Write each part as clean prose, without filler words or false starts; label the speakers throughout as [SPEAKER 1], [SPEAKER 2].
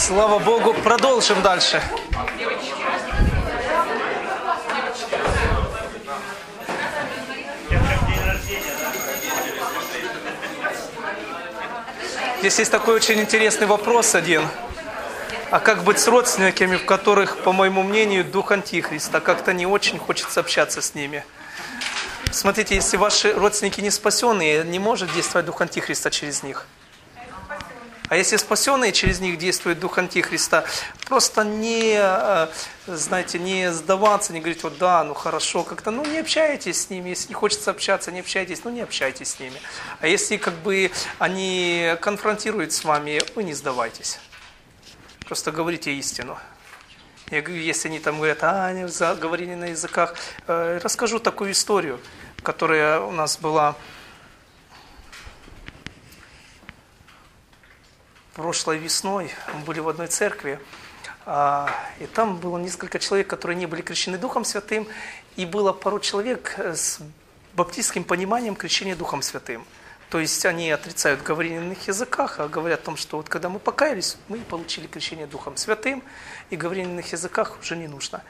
[SPEAKER 1] Слава Богу, продолжим дальше. Здесь есть такой очень интересный вопрос один. А как быть с родственниками, в которых, по моему мнению, дух Антихриста? Как-то не очень хочется общаться с ними. Смотрите, если ваши родственники не спасенные, не может действовать дух Антихриста через них. А если спасенные через них действует дух Антихриста, просто не, знаете, не сдаваться, не говорить, вот да, ну хорошо, как-то, ну не общайтесь с ними, если не хочется общаться, не общайтесь, ну не общайтесь с ними. А если как бы они конфронтируют с вами, вы не сдавайтесь. Просто говорите истину. Я говорю, если они там говорят, они говорили на языках, расскажу такую историю, которая у нас была прошлой весной. Мы были в одной церкви, и там было несколько человек, которые не были крещены Духом Святым, и было пару человек с баптистским пониманием крещения Духом Святым. То есть они отрицают говорение на иных языках, а говорят о том, что вот когда мы покаялись, мы получили крещение Духом Святым, и говорение на иных языках уже не нужно.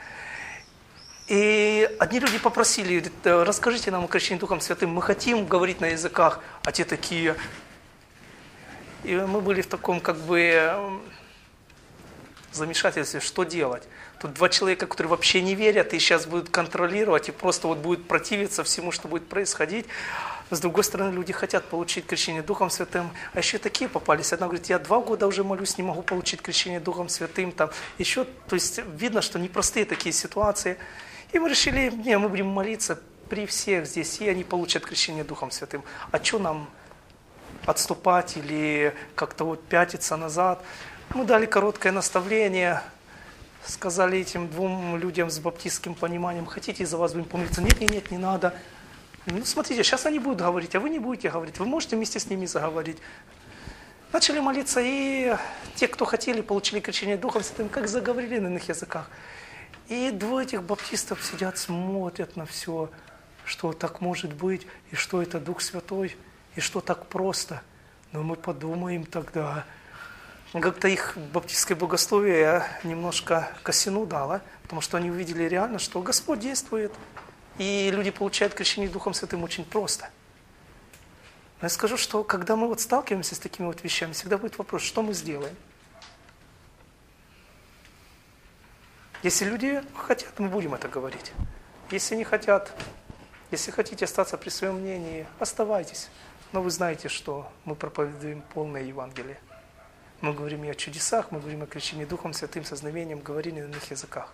[SPEAKER 1] И одни люди попросили, говорят, расскажите нам о крещении Духом Святым, мы хотим говорить на языках, а те такие... И мы были в таком как бы замешательстве, что делать. Тут два человека, которые вообще не верят и сейчас будут контролировать и просто вот будут противиться всему, что будет происходить. С другой стороны, люди хотят получить крещение Духом Святым, а еще такие попались. Одна говорит, я 2 года уже молюсь, не могу получить крещение Духом Святым. Там еще, то есть видно, что непростые такие ситуации. И мы решили, мы будем молиться при всех здесь, и они получат крещение Духом Святым. А что нам отступать или как-то вот пятиться назад? Мы дали короткое наставление, сказали этим 2 людям с баптистским пониманием, хотите, за вас будем помолиться? Нет, не надо. Ну, смотрите, сейчас они будут говорить, а вы не будете говорить. Вы можете вместе с ними заговорить. Начали молиться, и те, кто хотели, получили крещение Духом Святым, как заговорили на иных языках. И 2 этих баптистов сидят, смотрят на все, что так может быть, и что это Дух Святой, и что так просто. Но мы подумаем тогда. Как-то их баптистское богословие немножко косину дало, потому что они увидели реально, что Господь действует. И люди получают крещение Духом Святым очень просто. Но я скажу, что когда мы вот сталкиваемся с такими вот вещами, всегда будет вопрос, что мы сделаем. Если люди хотят, мы будем это говорить. Если не хотят, если хотите остаться при своем мнении, оставайтесь. Но вы знаете, что мы проповедуем полное Евангелие. Мы говорим и о чудесах, мы говорим о крещении Духом Святым, со знамением, говорения на иных языках.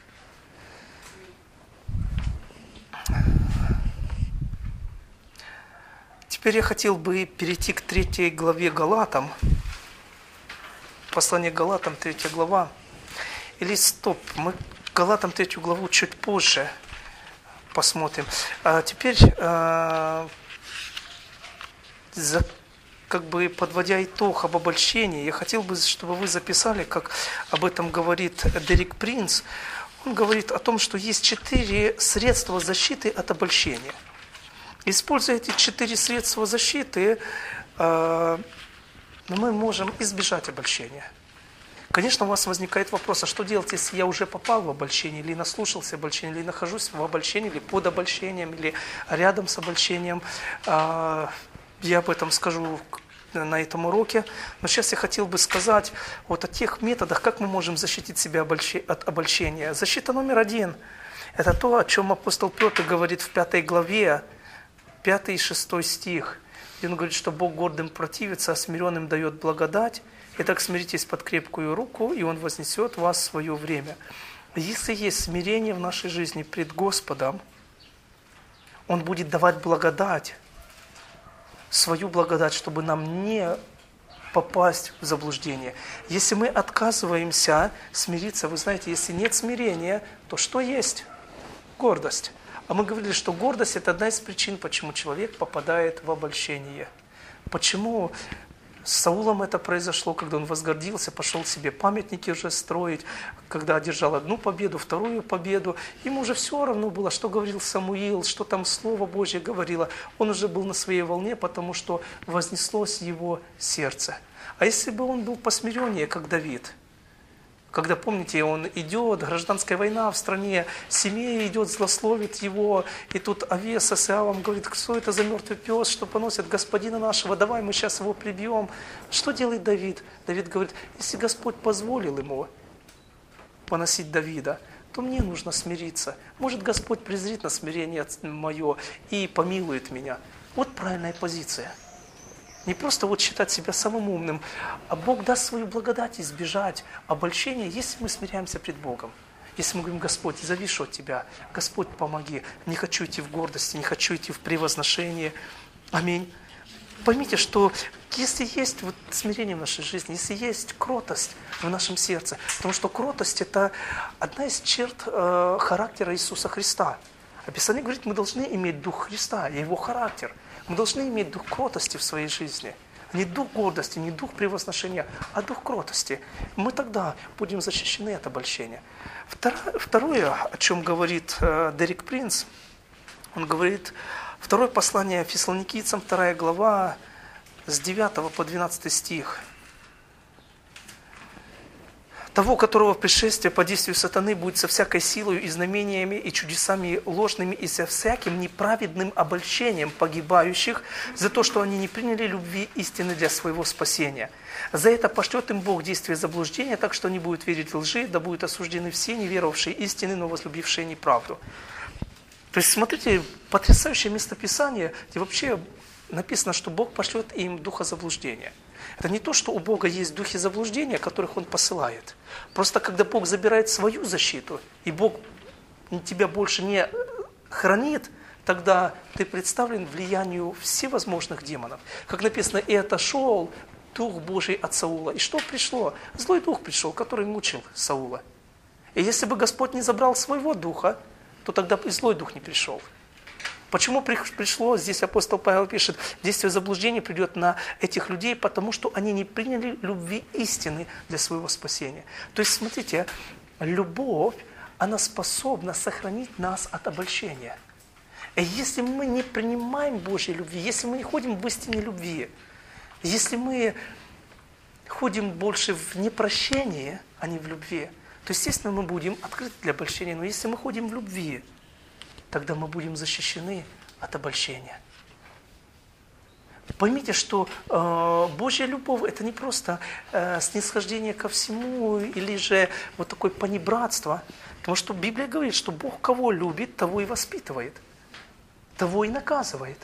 [SPEAKER 1] Теперь я хотел бы перейти к 3 главе Галатам. Послание к Галатам, 3 глава. Или стоп, мы Галатам 3 главу чуть позже посмотрим. А теперь, как бы подводя итог об обольщении, я хотел бы, чтобы вы записали, как об этом говорит Дерек Принц. Он говорит о том, что есть 4 средства защиты от обольщения. Используя эти 4 средства защиты, мы можем избежать обольщения. Конечно, у вас возникает вопрос, а что делать, если я уже попал в обольщение, или наслушался обольщения, или нахожусь в обольщении, или под обольщением, или рядом с обольщением. Я об этом скажу на этом уроке. Но сейчас я хотел бы сказать вот о тех методах, как мы можем защитить себя от обольщения. Защита номер 1 – это то, о чем апостол Петр говорит в 5 главе, 5 и 6 стих. И он говорит, что Бог гордым противится, а смиренным дает благодать. Итак, смиритесь под крепкую руку, и Он вознесет вас в свое время. Если есть смирение в нашей жизни пред Господом, Он будет давать благодать, свою благодать, чтобы нам не попасть в заблуждение. Если мы отказываемся смириться, вы знаете, если нет смирения, то что есть? Гордость. А мы говорили, что гордость – это одна из причин, почему человек попадает в обольщение. Почему с Саулом это произошло, когда он возгордился, пошел себе памятники уже строить, когда одержал 1 победу, 2 победу. Ему уже все равно было, что говорил Самуил, что там Слово Божье говорило. Он уже был на своей волне, потому что вознеслось его сердце. А если бы он был посмиреннее, как Давид, Когда, помните, он идет, гражданская война в стране, семья идет, злословит его, и тут Авеса с Иавом говорит, что это за мертвый пес, что поносит господина нашего, давай мы сейчас его прибьем. Что делает Давид? Давид говорит, если Господь позволил ему поносить Давида, то мне нужно смириться. Может, Господь презрит на смирение мое и помилует меня. Вот правильная позиция. Не просто вот считать себя самым умным, а Бог даст свою благодать избежать обольщения, если мы смиряемся пред Богом. Если мы говорим, Господь, завишу от Тебя, Господь, помоги, не хочу идти в гордости, не хочу идти в превозношение. Аминь. Поймите, что если есть вот смирение в нашей жизни, если есть кротость в нашем сердце, потому что кротость – это одна из черт характера Иисуса Христа. А Писание говорит, мы должны иметь дух Христа и Его характер. Мы должны иметь дух кротости в своей жизни. Не дух гордости, не дух превозношения, а дух кротости. Мы тогда будем защищены от обольщения. Второе, о чем говорит Дерек Принц, он говорит, второе послание Фессалоникийцам, 2 глава, с 9 по 12 стих. Того, которого пришествие по действию сатаны будет со всякой силой и знамениями, и чудесами ложными, и со всяким неправедным обольщением погибающих, за то, что они не приняли любви истины для своего спасения. За это пошлет им Бог действие заблуждения, так что они будут верить лжи, да будут осуждены все, не веровавшие истины, но возлюбившие неправду. То есть, смотрите, потрясающее местописание, где вообще написано, что Бог пошлет им духа заблуждения. Это не то, что у Бога есть духи заблуждения, которых Он посылает. Просто когда Бог забирает свою защиту, и Бог тебя больше не хранит, тогда ты представлен влиянию всевозможных демонов. Как написано, и отошел Дух Божий от Саула. И что пришло? Злой дух пришел, который мучил Саула. И если бы Господь не забрал своего духа, то тогда и злой дух не пришел. Почему пришло, здесь апостол Павел пишет, действие заблуждения придет на этих людей, потому что они не приняли любви истины для своего спасения. То есть, смотрите, любовь, она способна сохранить нас от обольщения. И если мы не принимаем Божьей любви, если мы не ходим в истине любви, если мы ходим больше в непрощении, а не в любви, то, естественно, мы будем открыты для обольщения. Но если мы ходим в любви, тогда мы будем защищены от обольщения. Поймите, что Божья любовь – это не просто снисхождение ко всему или же вот такое понебратство. Потому что Библия говорит, что Бог кого любит, того и воспитывает, того и наказывает.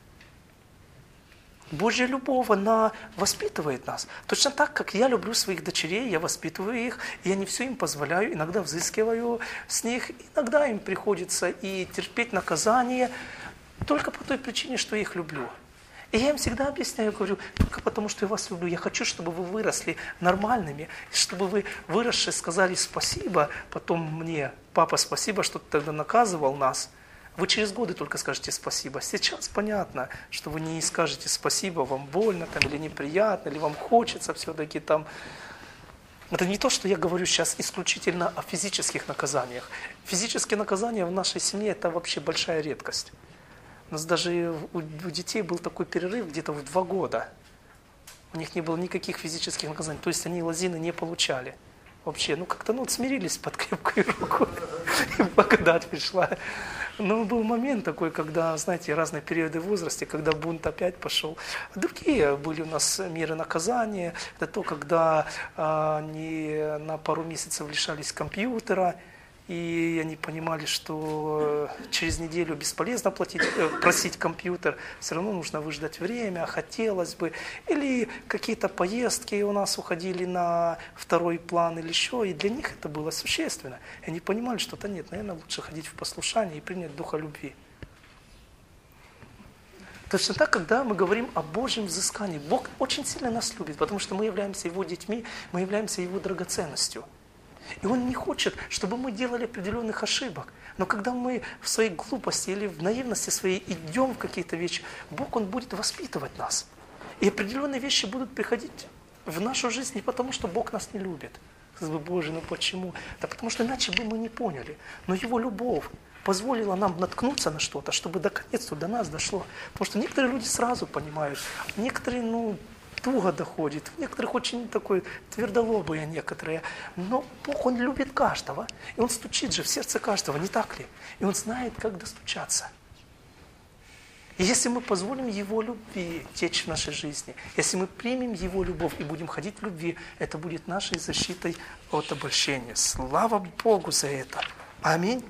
[SPEAKER 1] Божья любовь, она воспитывает нас. Точно так, как я люблю своих дочерей, я воспитываю их, и я не все им позволяю, иногда взыскиваю с них, иногда им приходится и терпеть наказание, только по той причине, что я их люблю. И я им всегда объясняю, говорю, только потому, что я вас люблю. Я хочу, чтобы вы выросли нормальными, чтобы вы, выросшие, сказали спасибо, потом мне, папа, спасибо, что ты тогда наказывал нас. Вы через годы только скажете спасибо. Сейчас понятно, что вы не скажете спасибо, вам больно там, или неприятно, или вам хочется все-таки там. Это не то, что я говорю сейчас исключительно о физических наказаниях. Физические наказания в нашей семье – это вообще большая редкость. У нас даже у детей был такой перерыв где-то в 2 года. У них не было никаких физических наказаний. То есть они лозины не получали. Вообще, как-то смирились под крепкую руку. И благодать пришла. Но был момент такой, когда, знаете, разные периоды в возрасте, когда бунт опять пошел. Другие были у нас меры наказания. Это то, когда они на пару месяцев лишались компьютера, и они понимали, что через неделю бесполезно просить компьютер, все равно нужно выждать время, хотелось бы. Или какие-то поездки у нас уходили на второй план или еще, и для них это было существенно. И они понимали, что нет, наверное, лучше ходить в послушание и принять духа любви. Точно так, когда мы говорим о Божьем взыскании, Бог очень сильно нас любит, потому что мы являемся Его детьми, мы являемся Его драгоценностью. И Он не хочет, чтобы мы делали определенных ошибок. Но когда мы в своей глупости или в наивности своей идем в какие-то вещи, Бог, Он будет воспитывать нас. И определенные вещи будут приходить в нашу жизнь не потому, что Бог нас не любит. Боже, почему? Да потому что иначе бы мы не поняли. Но Его любовь позволила нам наткнуться на что-то, чтобы наконец-то до нас дошло. Потому что некоторые люди сразу понимают, некоторые, туго доходит. У некоторых очень такой твердолобые некоторые. Но Бог, Он любит каждого. И Он стучит же в сердце каждого, не так ли? И Он знает, как достучаться. И если мы позволим Его любви течь в нашей жизни, если мы примем Его любовь и будем ходить в любви, это будет нашей защитой от обольщения. Слава Богу за это. Аминь.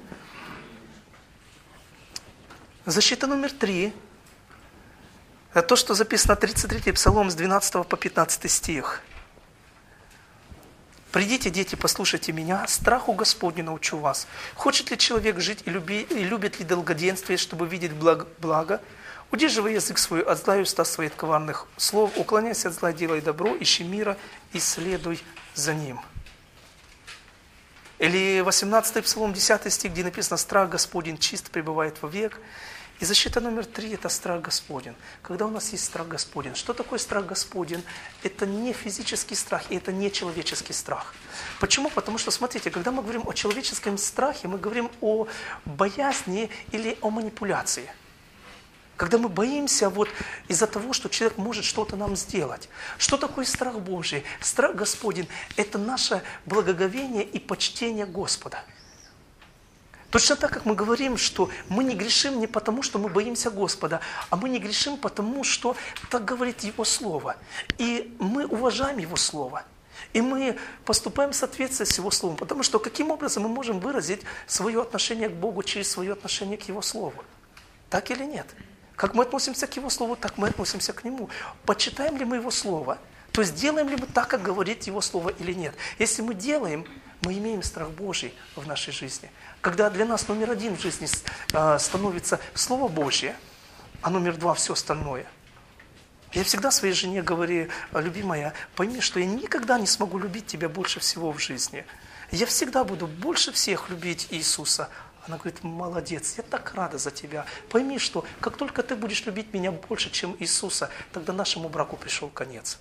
[SPEAKER 1] Защита номер 3. Это то, что записано 33-й Псалом с 12 по 15 стих. «Придите, дети, послушайте меня, страху Господню научу вас. Хочет ли человек жить и любит ли долгоденствие, чтобы видеть благо? Удерживай язык свой от зла и уста свои от коварных слов, уклоняйся от зла, делай добро, ищи мира и следуй за ним». Или 18-й Псалом, 10 стих, где написано: «Страх Господень чист, пребывает вовек». И защита номер 3 – это страх Господень. Когда у нас есть страх Господень. Что такое страх Господень? Это не физический страх, и это не человеческий страх. Почему? Потому что, смотрите, когда мы говорим о человеческом страхе, мы говорим о боязни или о манипуляции. Когда мы боимся из-за того, что человек может что-то нам сделать. Что такое страх Божий? Страх Господень – это наше благоговение и почтение Господа. Точно так, как мы говорим, что мы не грешим не потому, что мы боимся Господа, а мы не грешим потому, что так говорит Его Слово. И мы уважаем Его Слово. И мы поступаем в соответствии с Его Словом. Потому что каким образом мы можем выразить свое отношение к Богу через свое отношение к Его Слову? Так или нет? Как мы относимся к Его Слову, так мы относимся к Нему. Почитаем ли мы Его Слово? То есть делаем ли мы так, как говорит Его Слово, или нет? Если мы делаем, мы имеем страх Божий в нашей жизни. Когда для нас номер 1 в жизни становится Слово Божье, а номер 2 все остальное. Я всегда своей жене говорю: любимая, пойми, что я никогда не смогу любить тебя больше всего в жизни. Я всегда буду больше всех любить Иисуса. Она говорит: молодец, я так рада за тебя. Пойми, что как только ты будешь любить меня больше, чем Иисуса, тогда нашему браку пришел конец.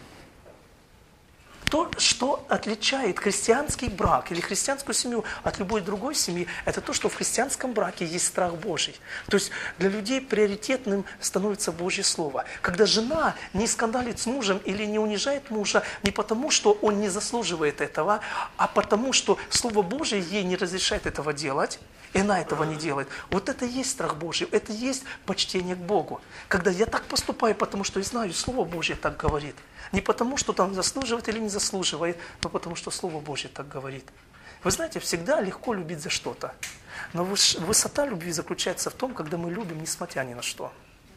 [SPEAKER 1] То, что отличает христианский брак или христианскую семью от любой другой семьи, это то, что в христианском браке есть страх Божий. То есть для людей приоритетным становится Божье Слово. Когда жена не скандалит с мужем или не унижает мужа не потому, что он не заслуживает этого, а потому, что Слово Божие ей не разрешает этого делать, и она этого не делает. Вот это и есть страх Божий, это и есть почтение к Богу. Когда я так поступаю, потому что я знаю, Слово Божье так говорит. Не потому, что там заслуживает или не заслуживает, но потому, что Слово Божье так говорит. Вы знаете, всегда легко любить за что-то. Но высота любви заключается в том, когда мы любим, несмотря ни на что.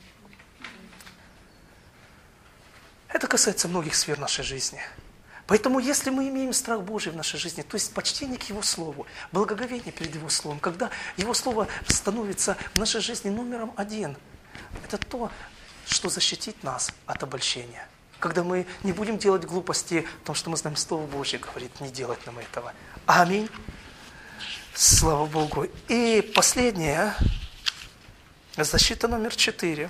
[SPEAKER 1] Это касается многих сфер нашей жизни. Поэтому, если мы имеем страх Божий в нашей жизни, то есть почтение к Его Слову, благоговение перед Его Словом, когда Его Слово становится в нашей жизни номером 1, это то, что защитит нас от обольщения. Когда мы не будем делать глупости, потому что мы знаем, Слово Божье говорит, не делать нам этого. Аминь. Слава Богу. И последнее, защита номер 4.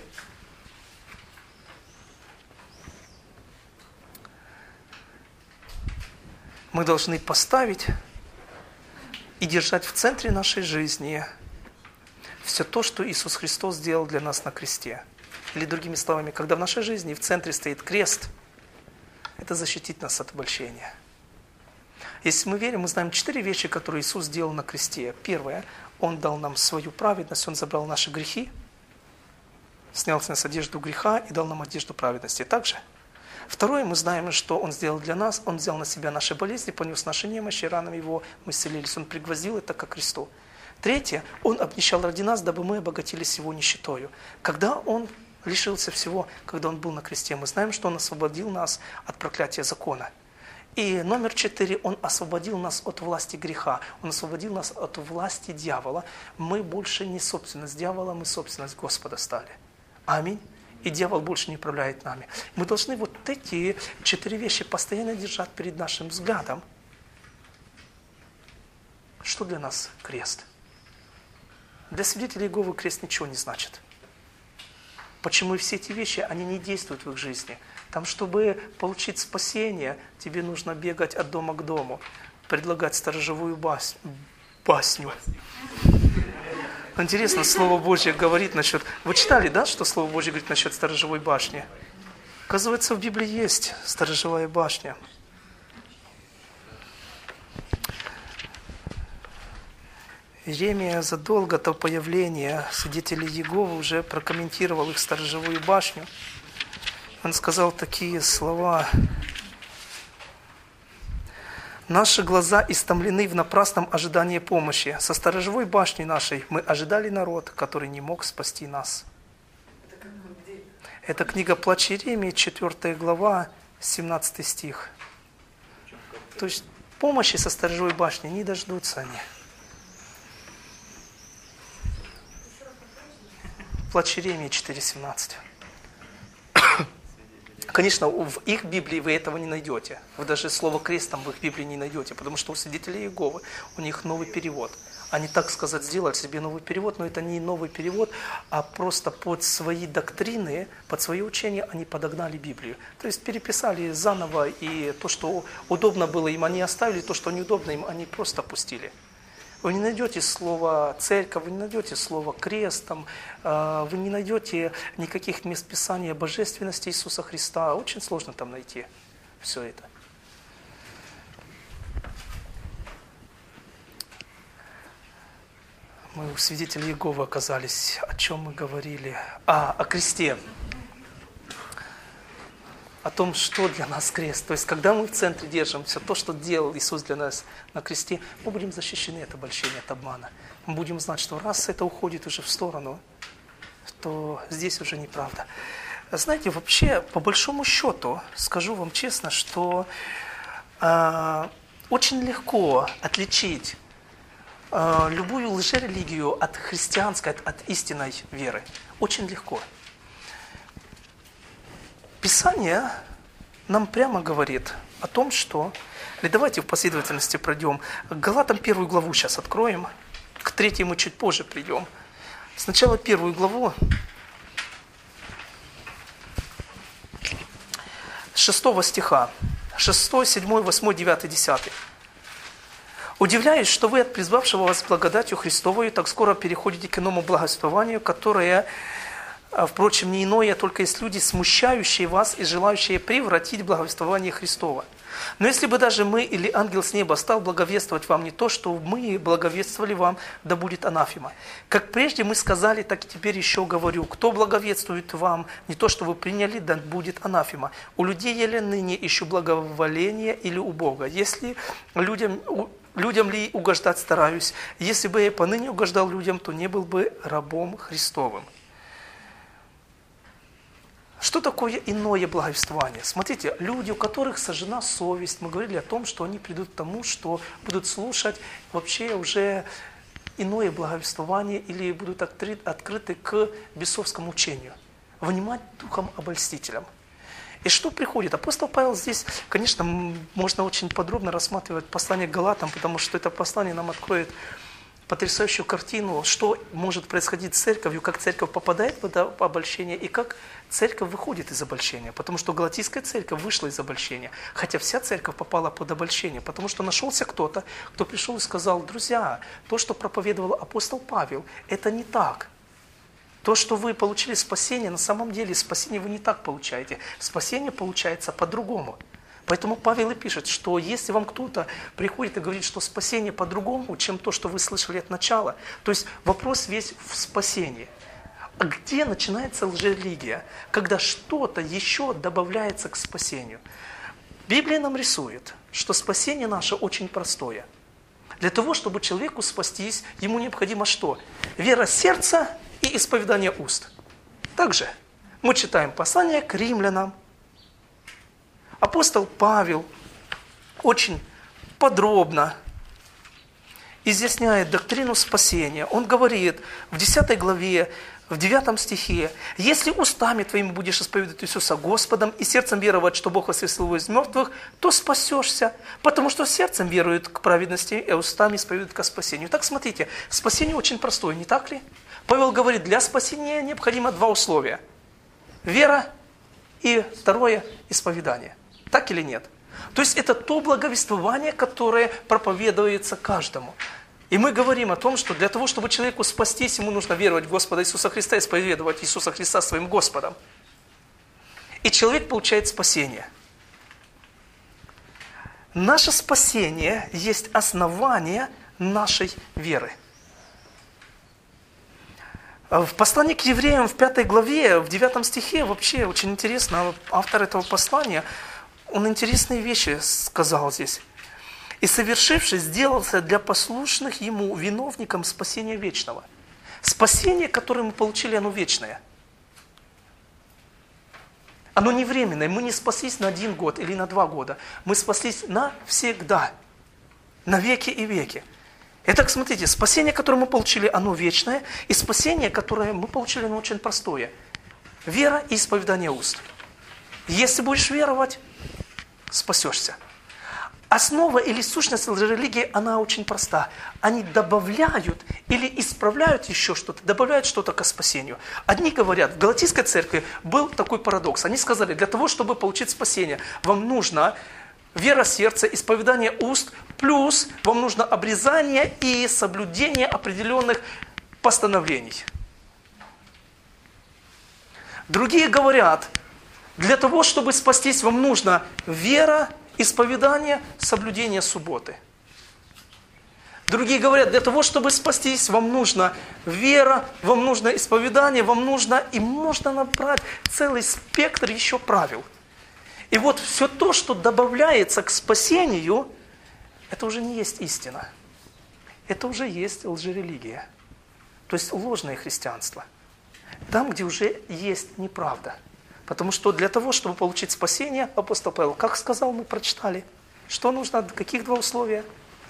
[SPEAKER 1] Мы должны поставить и держать в центре нашей жизни все то, что Иисус Христос сделал для нас на кресте. Или другими словами, когда в нашей жизни в центре стоит крест, это защитит нас от обольщения. Если мы верим, мы знаем 4 вещи, которые Иисус сделал на кресте. Первое, Он дал нам свою праведность, Он забрал наши грехи, снял с нас одежду греха и дал нам одежду праведности. Также. Второе, мы знаем, что Он сделал для нас. Он взял на себя наши болезни, понес наши немощи, ранами Его мы исцелились. Он пригвоздил это ко кресту. Третье, Он обнищал ради нас, дабы мы обогатились Его нищетою. Когда Он лишился всего, когда Он был на кресте, мы знаем, что Он освободил нас от проклятия закона. И номер 4, Он освободил нас от власти греха. Он освободил нас от власти дьявола. Мы больше не собственность дьявола, мы собственность Господа стали. Аминь. И дьявол больше не управляет нами. Мы должны вот эти 4 вещи постоянно держать перед нашим взглядом. Что для нас крест? Для свидетелей Иеговы крест ничего не значит. Почему все эти вещи, они не действуют в их жизни? Там, чтобы получить спасение, тебе нужно бегать от дома к дому, предлагать сторожевую басню. Интересно, Слово Божье говорит насчет... Вы читали, да, что Слово Божье говорит насчет сторожевой башни? Оказывается, в Библии есть сторожевая башня. Иеремия задолго до появления свидетелей Иеговы уже прокомментировал их сторожевую башню. Он сказал такие слова: «Наши глаза истомлены в напрасном ожидании помощи. Со сторожевой башни нашей мы ожидали народ, который не мог спасти нас». Это книга «Плач Иеремии», 4 глава, 17 стих. То есть помощи со сторожевой башни не дождутся они. Плач Иеремии 4:17. Конечно, в их Библии вы этого не найдете. Вы даже слово «крест» там в их Библии не найдете, потому что у свидетелей Иеговы у них новый перевод. Они, так сказать, сделали себе новый перевод, но это не новый перевод, а просто под свои доктрины, под свои учения они подогнали Библию. То есть переписали заново, и то, что удобно было им, они оставили, то, что неудобно им, они просто опустили. Вы не найдете слово «церковь», вы не найдете слово «крест», вы не найдете никаких мест Писания о божественности Иисуса Христа. Очень сложно там найти все это. Мы у свидетелей Иеговы оказались. О чем мы говорили? О кресте. О том, что для нас крест. То есть, когда мы в центре держимся, то, что делал Иисус для нас на кресте, мы будем защищены от обольщения, от обмана. Мы будем знать, что раз это уходит уже в сторону, то здесь уже неправда. Знаете, вообще, по большому счету, скажу вам честно, что очень легко отличить любую лжерелигию от христианской, от истинной веры. Очень легко. Писание нам прямо говорит о том, что... Или давайте в последовательности пройдем. К Галатам 1 главу сейчас откроем. К 3 мы чуть позже придем. Сначала 1 главу. 6 стиха. 6, 7, 8, 9, 10. «Удивляюсь, что вы от призвавшего вас благодатью Христовою так скоро переходите к иному благовествованию, которое... Впрочем, не иное, только есть люди, смущающие вас и желающие превратить благовествование Христова. Но если бы даже мы или ангел с неба стал благовествовать вам не то, что мы благовествовали вам, да будет анафема. Как прежде мы сказали, так и теперь еще говорю, кто благовествует вам не то, что вы приняли, да будет анафема. У людей я ли ныне ищу благоволение или у Бога? Если людям ли угождать стараюсь? Если бы я поныне угождал людям, то не был бы рабом Христовым». Что такое иное благовествование? Смотрите, люди, у которых сожжена совесть, мы говорили о том, что они придут к тому, что будут слушать вообще уже иное благовествование или будут открыты к бесовскому учению, внимать духом обольстителям. И что приходит? Апостол Павел здесь, конечно, можно очень подробно рассматривать послание к Галатам, потому что это послание нам откроет потрясающую картину, что может происходить с церковью, как церковь попадает в это обольщение и как церковь выходит из обольщения. Потому что галатийская церковь вышла из обольщения, хотя вся церковь попала под обольщение, потому что нашелся кто-то, кто пришел и сказал: друзья, то, что проповедовал апостол Павел, это не так. То, что вы получили спасение, на самом деле спасение вы не так получаете. Спасение получается по-другому. Поэтому Павел и пишет, что если вам кто-то приходит и говорит, что спасение по-другому, чем то, что вы слышали от начала, то есть вопрос весь в спасении. А где начинается лжерелигия? Когда что-то еще добавляется к спасению. Библия нам рисует, что спасение наше очень простое. Для того, чтобы человеку спастись, ему необходимо что? Вера сердца и исповедание уст. Также мы читаем послание к римлянам. Апостол Павел очень подробно изъясняет доктрину спасения. Он говорит в 10 главе, в 9 стихе: «Если устами твоими будешь исповедовать Иисуса Господом и сердцем веровать, что Бог воскресил его из мертвых, то спасешься, потому что сердцем веруют к праведности, и устами исповедуют ко спасению». Так смотрите, спасение очень простое, не так ли? Павел говорит, для спасения необходимо 2 условия. Вера и второе – исповедание. Так или нет? То есть это то благовествование, которое проповедуется каждому. И мы говорим о том, что для того, чтобы человеку спастись, ему нужно веровать в Господа Иисуса Христа и исповедовать Иисуса Христа своим Господом. и человек получает спасение. Наше спасение есть основание нашей веры. В послании к евреям в 5 главе, в 9 стихе, вообще очень интересно, автор этого послания, он интересные вещи сказал здесь. «И совершивший, сделался для послушных ему виновником спасения вечного». Спасение, которое мы получили, оно вечное. Оно не временное. Мы не спаслись на 1 год или на 2 года. Мы спаслись навсегда, на веки и веки. Итак, смотрите, спасение, которое мы получили, оно вечное, и спасение, которое мы получили, оно очень простое. Вера и исповедание уст. Если будешь веровать, спасешься. Основа или сущность религии, она очень проста. Они добавляют или исправляют еще что-то, добавляют что-то к спасению. Одни говорят, в Галатийской церкви был такой парадокс. Они сказали, для того, чтобы получить спасение, вам нужно вера сердца, исповедание уст, плюс вам нужно обрезание и соблюдение определенных постановлений. Другие говорят, для того, чтобы спастись, вам нужно вера, исповедание, соблюдение субботы. Другие говорят, для того, чтобы спастись, вам нужна вера, вам нужно исповедание, вам нужно, и можно набрать целый спектр еще правил. И вот все то, что добавляется к спасению, это уже не есть истина. Это уже есть лжерелигия. То есть ложное христианство. Там, где уже есть неправда. Потому что для того, чтобы получить спасение, апостол Павел, как сказал, мы прочитали, что нужно, каких 2 условия?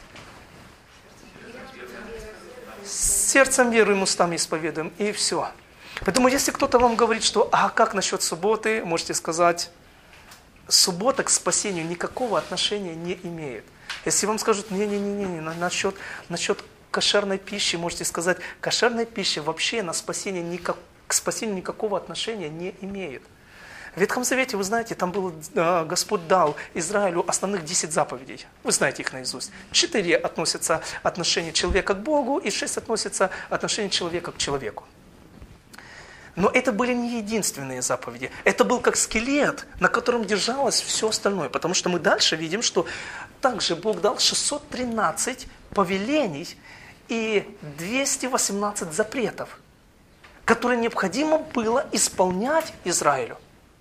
[SPEAKER 1] Сердцем веруем, устами исповедуем, и все. Поэтому если кто-то вам говорит, что, а как насчет субботы, можете сказать, суббота к спасению никакого отношения не имеет. Если вам скажут, не-не-не, насчет кошерной пищи, можете сказать, кошерная пища вообще на спасение к спасению никакого отношения не имеет. В Ветхом Завете, вы знаете, там было, Господь дал Израилю основных 10 заповедей. Вы знаете их наизусть. 4 относятся отношение человека к Богу, и 6 относятся отношение человека к человеку. Но это были не единственные заповеди. Это был как скелет, на котором держалось все остальное. Потому что мы дальше видим, что также Бог дал 613 повелений и 218 запретов, которые необходимо было исполнять Израилю.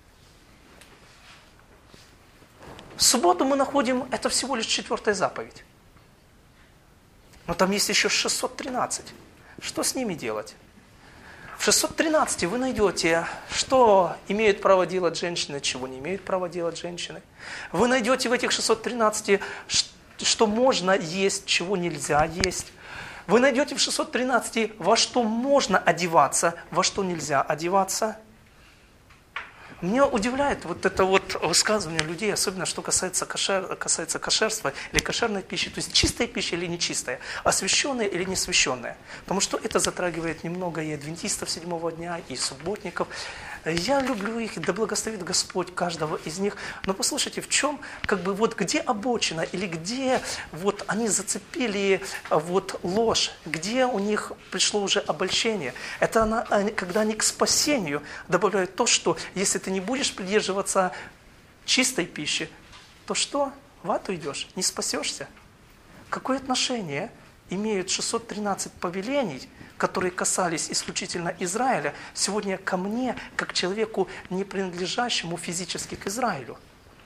[SPEAKER 1] В субботу мы находим, это всего лишь 4-я заповедь. Но там есть еще 613. Что с ними делать? В 613 вы найдете, что имеют право делать женщины, чего не имеют права делать женщины. Вы найдете в этих 613, что можно есть, чего нельзя есть. Вы найдете в 613, во что можно одеваться, во что нельзя одеваться. Меня удивляет вот это вот высказывание людей, особенно что касается кошерства или кошерной пищи, то есть чистая пища или нечистая, освященная или не освященная. Потому что это затрагивает немного и адвентистов 7-го дня, и субботников. Я люблю их, да благословит Господь каждого из них. Но послушайте, в чем, вот где обочина, или где вот они зацепили вот ложь, где у них пришло уже обольщение. Это когда они к спасению добавляют то, что если ты не будешь придерживаться чистой пищи, то что? В ад уйдешь, не спасешься. Какое отношение имеют 613 повелений, которые касались исключительно Израиля, сегодня ко мне, как человеку, не принадлежащему физически к Израилю?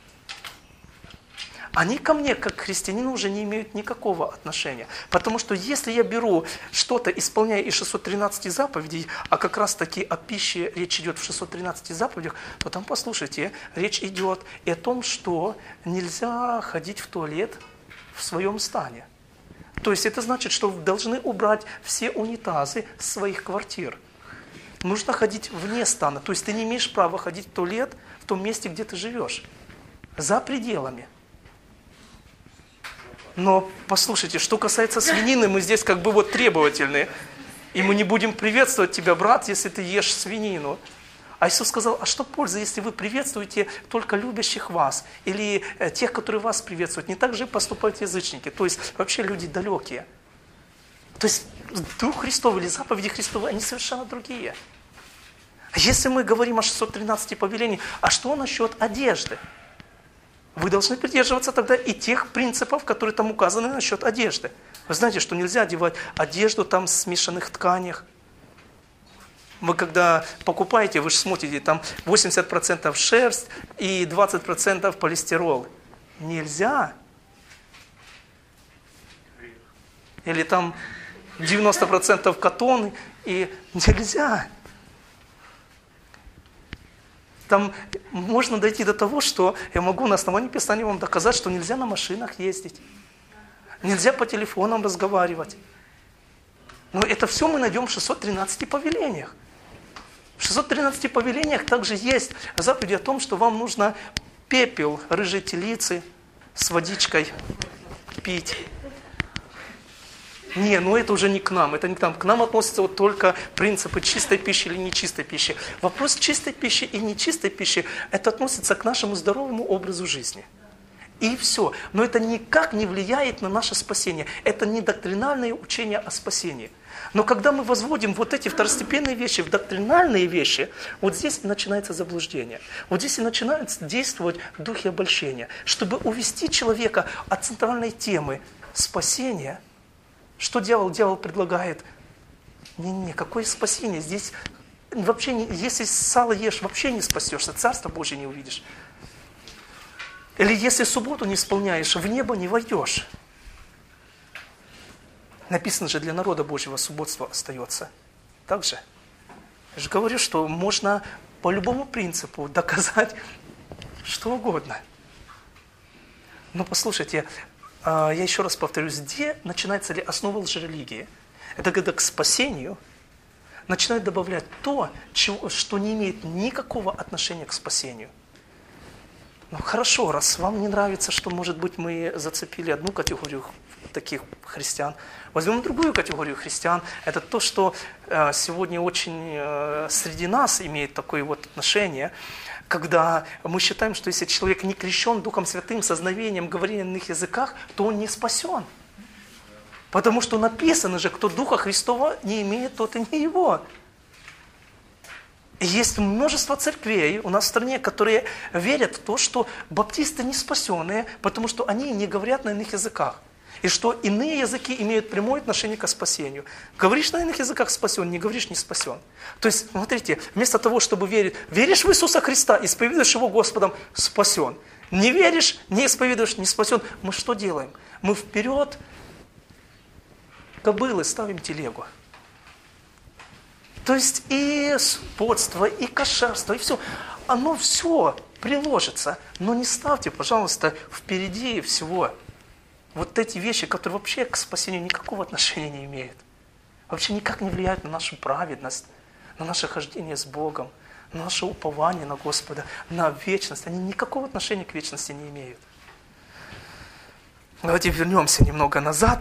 [SPEAKER 1] Они ко мне, как к христианину, уже не имеют никакого отношения. Потому что если я беру что-то, исполняя из 613 заповедей, а как раз таки о пище речь идет в 613 заповедях, то там, послушайте, речь идет и о том, что нельзя ходить в туалет в своем стане. То есть это значит, что должны убрать все унитазы с своих квартир. Нужно ходить вне стана. То есть ты не имеешь права ходить в туалет в том месте, где ты живешь. За пределами. Но послушайте, что касается свинины, мы здесь требовательны. И мы не будем приветствовать тебя, брат, если ты ешь свинину. А Иисус сказал, а что пользы, если вы приветствуете только любящих вас, или тех, которые вас приветствуют? Не так же поступают язычники, то есть вообще люди далекие. То есть Дух Христов или заповеди Христовы, они совершенно другие. Если мы говорим о 613 повелениях, а что насчет одежды? Вы должны придерживаться тогда и тех принципов, которые там указаны насчет одежды. Вы знаете, что нельзя одевать одежду там в смешанных тканях. Вы когда покупаете, вы же смотрите, там 80% шерсть и 20% полистирол. Нельзя. Или там 90% катон, и нельзя. Там можно дойти до того, что я могу на основании Писания вам доказать, что нельзя на машинах ездить. Нельзя по телефонам разговаривать. Но это все мы найдем в 613 повелениях. В 613 повелениях также есть заповеди о том, что вам нужно пепел рыжей телицы с водичкой пить. Не, это уже не к нам, это не к нам. К нам относятся вот только принципы чистой пищи или нечистой пищи. Вопрос чистой пищи и нечистой пищи, это относится к нашему здоровому образу жизни. И все. Но это никак не влияет на наше спасение. Это не доктринальное учение о спасении. Но когда мы возводим вот эти второстепенные вещи в доктринальные вещи, вот здесь и начинается заблуждение. Вот здесь и начинают действовать духи обольщения. Чтобы увести человека от центральной темы спасения, что дьявол? Дьявол предлагает, какое спасение? Здесь вообще, если сало ешь, вообще не спасешься, Царство Божие не увидишь. Или если субботу не исполняешь, в небо не войдешь. Написано же, для народа Божьего субботство остается. Так же? Я же говорю, что можно по любому принципу доказать что угодно. Но послушайте, я еще раз повторюсь, где начинается ли основа лжерелигии? Это когда к спасению начинают добавлять то, что не имеет никакого отношения к спасению. Хорошо, раз вам не нравится, что, может быть, мы зацепили одну категорию таких христиан, возьмем другую категорию христиан. Это то, что сегодня очень среди нас имеет такое вот отношение, когда мы считаем, что если человек не крещен Духом Святым, со знамением говорения на иных языках, то он не спасен. Потому что написано же, кто Духа Христова не имеет, тот и не его. И есть множество церквей у нас в стране, которые верят в то, что баптисты не спасенные, потому что они не говорят на иных языках. И что иные языки имеют прямое отношение к спасению. Говоришь на иных языках — спасен, не говоришь — не спасен. То есть, смотрите, вместо того, чтобы веришь в Иисуса Христа, исповедуешь Его Господом — спасен. Не веришь, не исповедуешь — не спасен. Мы что делаем? Мы вперед кобылы ставим телегу. То есть и субботство, и кошерство, и все. Оно все приложится. Но не ставьте, пожалуйста, впереди всего вот эти вещи, которые вообще к спасению никакого отношения не имеют. Вообще никак не влияют на нашу праведность, на наше хождение с Богом, на наше упование на Господа, на вечность. Они никакого отношения к вечности не имеют. Давайте вернемся немного назад.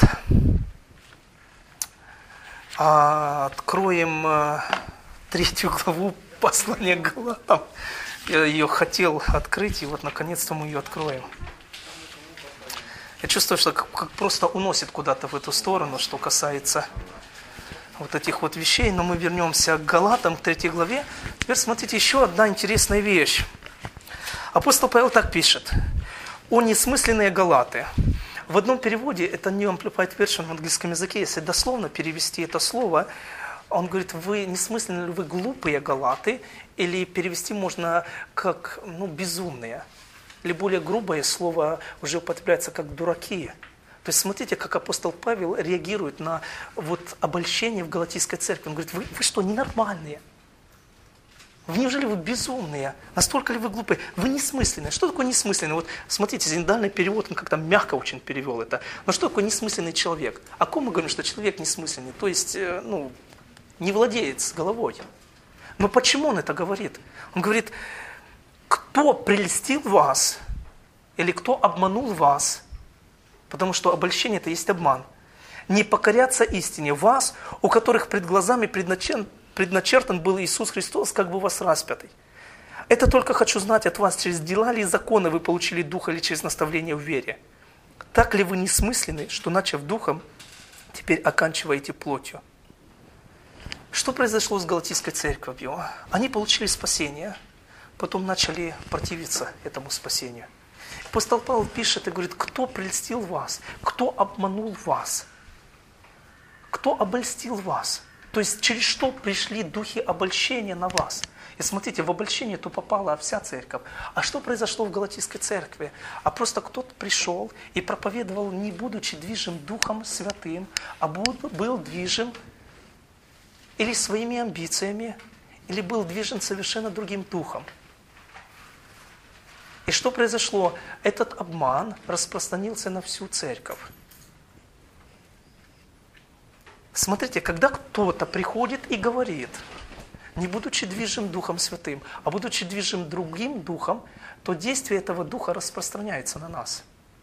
[SPEAKER 1] Откроем 3 главу послания к Галатам. Я ее хотел открыть, и вот наконец-то мы ее откроем. Я чувствую, что как просто уносит куда-то в эту сторону, что касается вот этих вот вещей. Но мы вернемся к Галатам, к 3 главе. Теперь смотрите, еще одна интересная вещь. Апостол Павел так пишет. «О несмысленные Галаты». В одном переводе, это New Amplified Version в английском языке, если дословно перевести это слово, он говорит, вы несмысленные, вы глупые Галаты, или перевести можно как безумные. Или более грубое слово уже употребляется как дураки. То есть смотрите, как апостол Павел реагирует на вот обольщение в Галатийской церкви. Он говорит, вы что, ненормальные? Неужели вы безумные? Настолько ли вы глупые? Вы несмысленные. Что такое несмысленный? Вот смотрите, синодальный перевод, он как-то мягко очень перевел это. Но что такое несмысленный человек? О ком мы говорим, что человек несмысленный? То есть, не владеет с головой. Но почему он это говорит? Он говорит, кто прельстил вас, или кто обманул вас, потому что обольщение – это есть обман, не покоряться истине вас, у которых пред глазами предначертан был Иисус Христос, как бы вас распятый. Это только хочу знать от вас, через дела ли законы вы получили Духа, или через наставление в вере. Так ли вы несмысленны, что, начав Духом, теперь оканчиваете плотью? Что произошло с Галатийской церковью? Они получили спасение, потом начали противиться этому спасению. Апостол Павел пишет и говорит: кто прельстил вас? Кто обманул вас? Кто обольстил вас? То есть через что пришли духи обольщения на вас? И смотрите, в обольщение то попала вся церковь. А что произошло в Галатийской церкви? А просто кто-то пришел и проповедовал, не будучи движим Духом Святым, а был движим или своими амбициями, или был движен совершенно другим духом. И что произошло? Этот обман распространился на всю церковь. Смотрите, когда кто-то приходит и говорит, не будучи движим Духом Святым, а будучи движим другим Духом, то действие этого Духа распространяется на нас.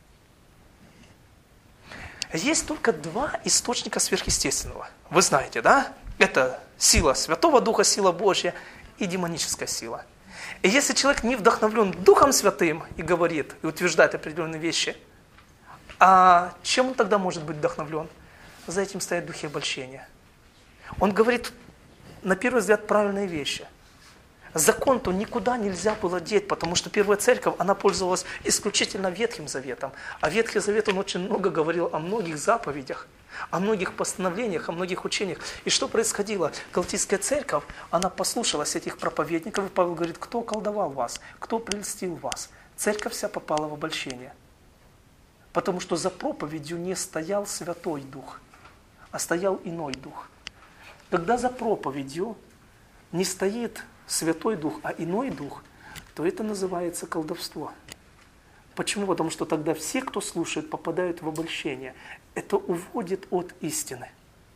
[SPEAKER 1] Есть только два источника сверхъестественного. Вы знаете, да? Это сила Святого Духа, сила Божья и демоническая сила. И если человек не вдохновлен Духом Святым и говорит, и утверждает определенные вещи, а чем он тогда может быть вдохновлен? За этим стоят духи обольщения. Он говорит, на первый взгляд, правильные вещи. Закон-то никуда нельзя было деть, потому что первая церковь, она пользовалась исключительно Ветхим Заветом. А Ветхий Завет, он очень много говорил о многих заповедях, о многих постановлениях, о многих учениях. И что происходило? Галатийская церковь, она послушалась этих проповедников, и Павел говорит, кто околдовал вас, кто прельстил вас? Церковь вся попала в обольщение. Потому что за проповедью не стоял Святой Дух, а стоял иной дух. Когда за проповедью не стоит Святой Дух, а иной дух, то это называется колдовство. Почему? Потому что тогда все, кто слушает, попадают в обольщение. Это уводит от истины.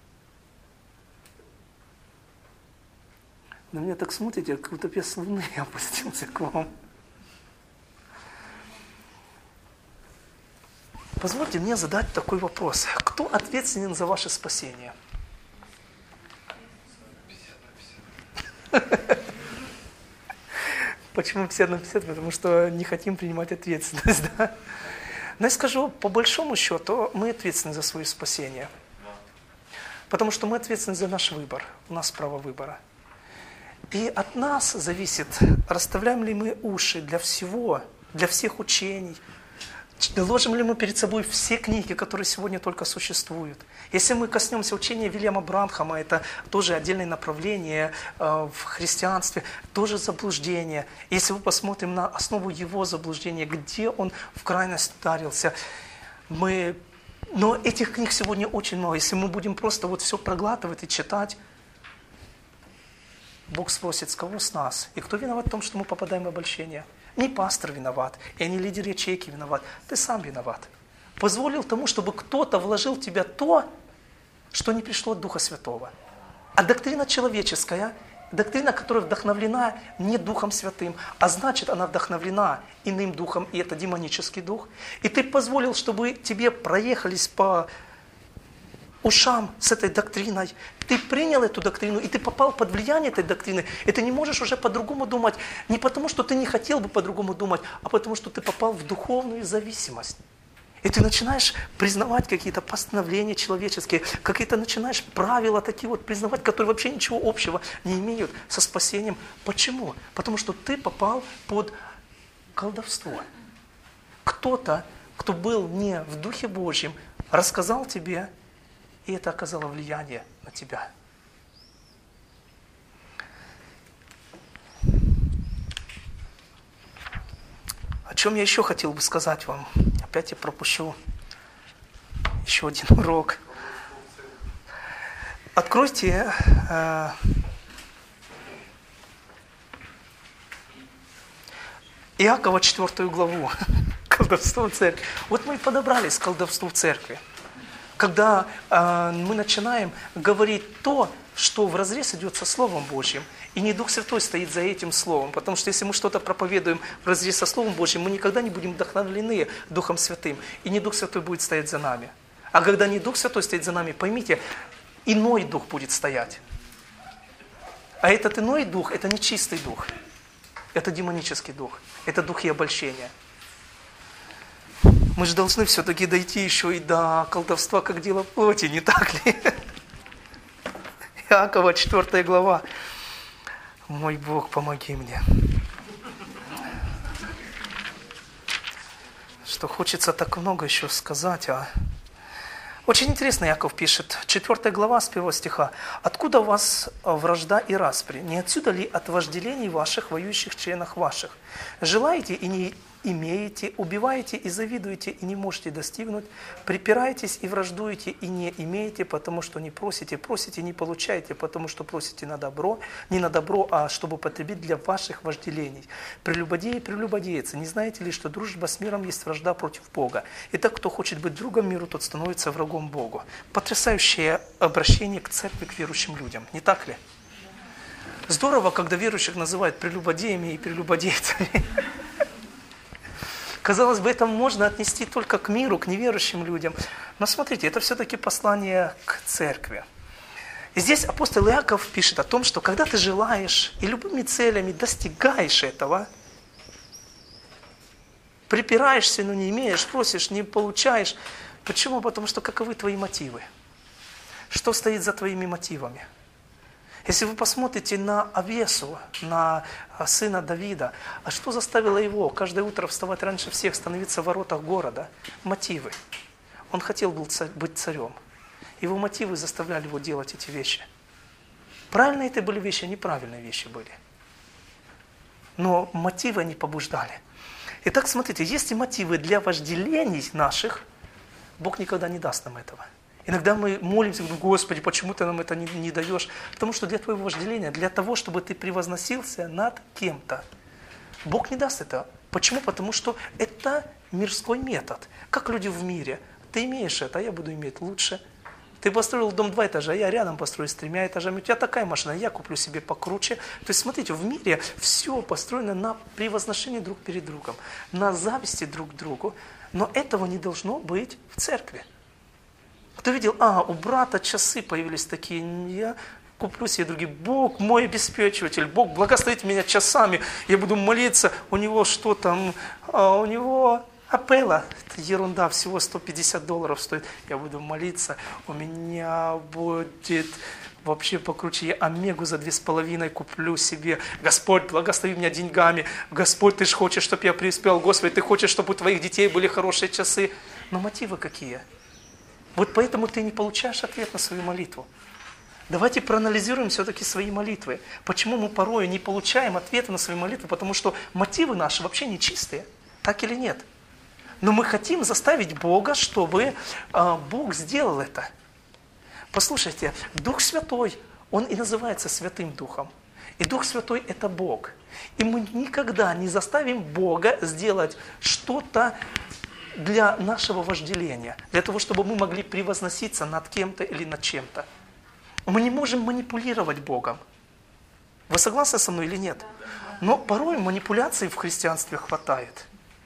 [SPEAKER 1] На меня так смотрите, как будто я с луны опустился к вам. Позвольте мне задать такой вопрос. Кто ответственен за ваше спасение? Почему 50 на 50? Потому что не хотим принимать ответственность. Да? Но я скажу, по большому счету, мы ответственны за свое спасение. Потому что мы ответственны за наш выбор. У нас право выбора. И от нас зависит, расставляем ли мы уши для всего, для всех учений, ложим ли мы перед собой все книги, которые сегодня только существуют. Если мы коснемся учения Вильяма Бранхама, это тоже отдельное направление в христианстве, тоже заблуждение. Если мы посмотрим на основу его заблуждения, где он в крайность ударился, но этих книг сегодня очень много. Если мы будем просто вот все проглатывать и читать, Бог спросит, с кого с нас? И кто виноват в том, что мы попадаем в обольщение? Не пастор виноват, и не лидер ячейки виноват. Ты сам виноват. Позволил тому, чтобы кто-то вложил в тебя то, что не пришло от Духа Святого. А доктрина человеческая, доктрина, которая вдохновлена не Духом Святым, а значит, она вдохновлена иным духом, и это демонический дух. И ты позволил, чтобы тебе проехались по ушам с этой доктриной. Ты принял эту доктрину, и ты попал под влияние этой доктрины. И ты не можешь уже по-другому думать. Не потому, что ты не хотел бы по-другому думать, а потому, что ты попал в духовную зависимость. И ты начинаешь признавать какие-то постановления человеческие, какие-то начинаешь правила такие вот признавать, которые вообще ничего общего не имеют со спасением. Почему? Потому что ты попал под колдовство. Кто-то, кто был не в Духе Божьем, рассказал тебе, и это оказало влияние на тебя. О чем я еще хотел бы сказать вам? Опять я пропущу еще один урок. Откройте Иакова 4 главу. Колдовство в церкви. Вот мы и подобрались к колдовству в церкви. Когда мы начинаем говорить то, что вразрез идет со Словом Божьим, и не Дух Святой стоит за этим Словом, потому что если мы что-то проповедуем вразрез со Словом Божьим, мы никогда не будем вдохновлены Духом Святым, и не Дух Святой будет стоять за нами. А когда не Дух Святой стоит за нами, поймите, иной Дух будет стоять. А этот иной Дух, это не чистый Дух, это демонический Дух, это духи обольщения. Мы же должны все-таки дойти еще и до колдовства, как дело плоти, не так ли? Иакова, 4 глава. Мой Бог, помоги мне. Что хочется так много еще сказать, а... Очень интересно Иаков пишет, 4 глава с 1 стиха. «Откуда у вас вражда и распри? Не отсюда ли от вожделений ваших, воюющих в членах ваших? Желаете и не имеете, убиваете и завидуете и не можете достигнуть, припираетесь и враждуете и не имеете, потому что не просите, просите и не получаете, потому что просите на добро, не на добро, а чтобы потребить для ваших вожделений. Прелюбодеи, прелюбодеется, не знаете ли, что дружба с миром есть вражда против Бога? Итак, кто хочет быть другом миру, тот становится врагом Богу». Потрясающее обращение к церкви, к верующим людям, не так ли? Здорово, когда верующих называют прелюбодеями и прелюбодейцами. Казалось бы, это можно отнести только к миру, к неверующим людям. Но смотрите, это все-таки послание к церкви. И здесь апостол Иаков пишет о том, что когда ты желаешь и любыми целями достигаешь этого, припираешься, но не имеешь, просишь, не получаешь. Почему? Потому что каковы твои мотивы? Что стоит за твоими мотивами? Если вы посмотрите на Авесу, на сына Давида, а что заставило его каждое утро вставать раньше всех, становиться в воротах города? Мотивы. Он хотел быть царем. Его мотивы заставляли его делать эти вещи. Правильные это были вещи, неправильные вещи были. Но мотивы они побуждали. Итак, смотрите, есть и мотивы для вожделений наших, Бог никогда не даст нам этого. Иногда мы молимся, говорим: Господи, почему ты нам это не даешь? Потому что для твоего вожделения, для того, чтобы ты превозносился над кем-то, Бог не даст это. Почему? Потому что это мирской метод. Как люди в мире. Ты имеешь это, а я буду иметь лучше. Ты построил дом 2 этажа, а я рядом построю с 3 этажами. У тебя такая машина, я куплю себе покруче. То есть, смотрите, в мире все построено на превозношении друг перед другом, на зависти друг к другу. Но этого не должно быть в церкви. Кто видел, у брата часы появились такие, я куплю себе другие. Бог мой обеспечиватель, Бог благословит меня часами, я буду молиться, у него что там, у него Апелла, это ерунда, всего $150 стоит, я буду молиться, у меня будет вообще покруче, я Омегу за 2,5 куплю себе, Господь, благослови меня деньгами, Господь, ты же хочешь, чтобы я преуспел, Господи, ты хочешь, чтобы у твоих детей были хорошие часы, но мотивы какие? Вот поэтому ты не получаешь ответ на свою молитву. Давайте проанализируем все-таки свои молитвы. Почему мы порой не получаем ответа на свои молитвы? Потому что мотивы наши вообще не чистые. Так или нет? Но мы хотим заставить Бога, чтобы Бог сделал это. Послушайте, Дух Святой, Он и называется Святым Духом. И Дух Святой – это Бог. И мы никогда не заставим Бога сделать что-то для нашего вожделения, для того, чтобы мы могли превозноситься над кем-то или над чем-то. Мы не можем манипулировать Богом. Вы согласны со мной или нет? Но порой манипуляций в христианстве хватает.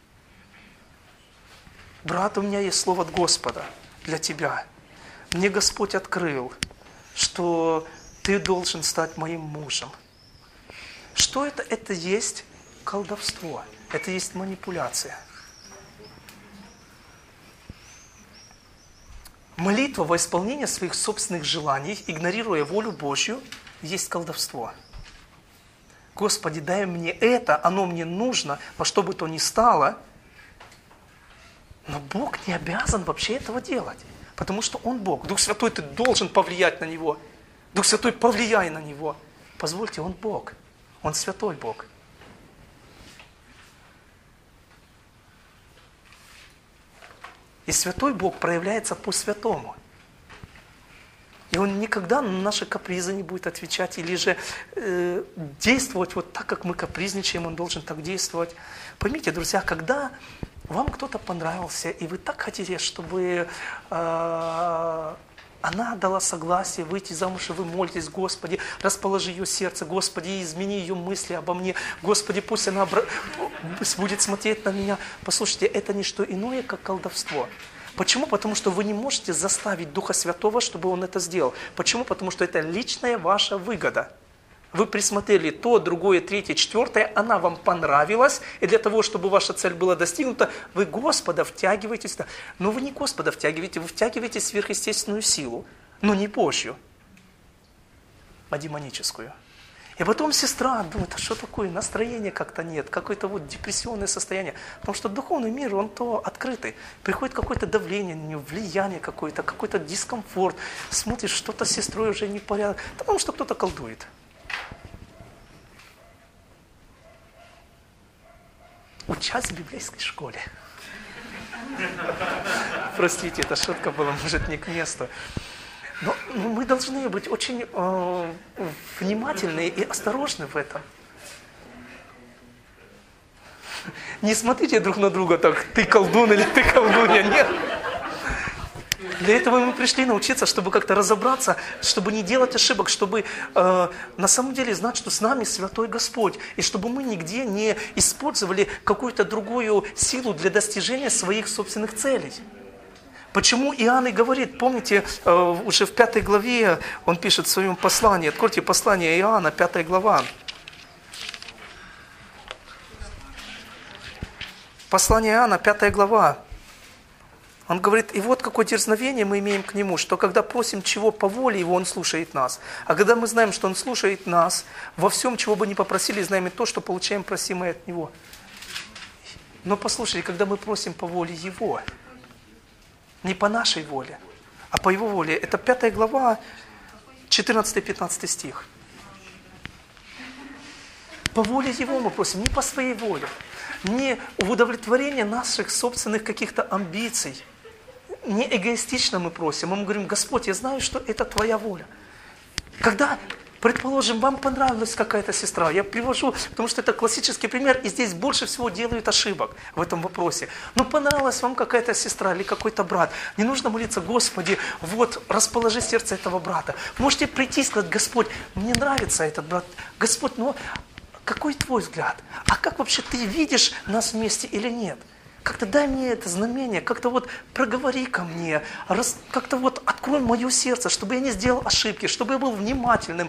[SPEAKER 1] Брат, у меня есть слово от Господа для тебя. Мне Господь открыл, что ты должен стать моим мужем. Что это? Это есть колдовство, это есть манипуляция. Молитва во исполнение своих собственных желаний, игнорируя волю Божью, есть колдовство. Господи, дай мне это, оно мне нужно, во что бы то ни стало. Но Бог не обязан вообще этого делать, потому что Он Бог. Дух Святой, ты должен повлиять на Него. Дух Святой, повлияй на Него. Позвольте, Он Бог. Он Святой Бог. И Святой Бог проявляется по-святому. И Он никогда на наши капризы не будет отвечать, или же действовать вот так, как мы капризничаем, Он должен так действовать. Поймите, друзья, когда вам кто-то понравился, и вы так хотите, чтобы она дала согласие выйти замуж, и вы молитесь: Господи, расположи ее сердце, Господи, измени ее мысли обо мне, Господи, пусть она будет смотреть на меня. Послушайте, это не что иное, как колдовство. Почему? Потому что вы не можете заставить Духа Святого, чтобы Он это сделал. Почему? Потому что это личная ваша выгода. Вы присмотрели то, другое, третье, четвертое, она вам понравилась, и для того, чтобы ваша цель была достигнута, вы Господа втягиваете сюда. Но вы не Господа втягиваете, вы втягиваете сверхъестественную силу, но не Божью. а демоническую. И потом сестра думает, а что такое, настроения как-то нет, какое-то вот депрессионное состояние. Потому что духовный мир, он то открытый. Приходит какое-то давление на него, влияние какое-то, какой-то дискомфорт. Смотришь, что-то с сестрой уже не порядок. Потому что кто-то колдует. Учась в библейской школе. Простите, эта шутка была, может, не к месту. Но мы должны быть очень внимательны и осторожны в этом. Не смотрите друг на друга так, ты колдун или ты колдунья, нет. Для этого мы пришли научиться, чтобы как-то разобраться, чтобы не делать ошибок, чтобы на самом деле знать, что с нами Святой Господь, и чтобы мы нигде не использовали какую-то другую силу для достижения своих собственных целей. Почему Иоанн и говорит, помните, уже в 5 главе он пишет в своем послании, откройте послание Иоанна, 5 глава. Послание Иоанна, 5 глава. Он говорит, и вот какое дерзновение мы имеем к Нему, что когда просим чего по воле Его, Он слушает нас. А когда мы знаем, что Он слушает нас, во всем, чего бы ни попросили, знаем и то, что получаем просимое от Него. Но послушайте, когда мы просим по воле Его, не по нашей воле, а по Его воле. Это 5 глава, 14-15 стих. По воле Его мы просим, не по своей воле. Не в удовлетворение наших собственных каких-то амбиций. Не эгоистично мы просим, а мы говорим, Господь, я знаю, что это Твоя воля. Когда, предположим, вам понравилась какая-то сестра, я привожу, потому что это классический пример, и здесь больше всего делают ошибок в этом вопросе. Но понравилась вам какая-то сестра или какой-то брат, не нужно молиться, Господи, вот, расположи сердце этого брата. Можете прийти и сказать, Господь, мне нравится этот брат, Господь, но какой твой взгляд? А как вообще ты видишь нас вместе или нет? Как-то дай мне это знамение, как-то вот проговори ко мне, как-то вот открой мое сердце, чтобы я не сделал ошибки, чтобы я был внимательным.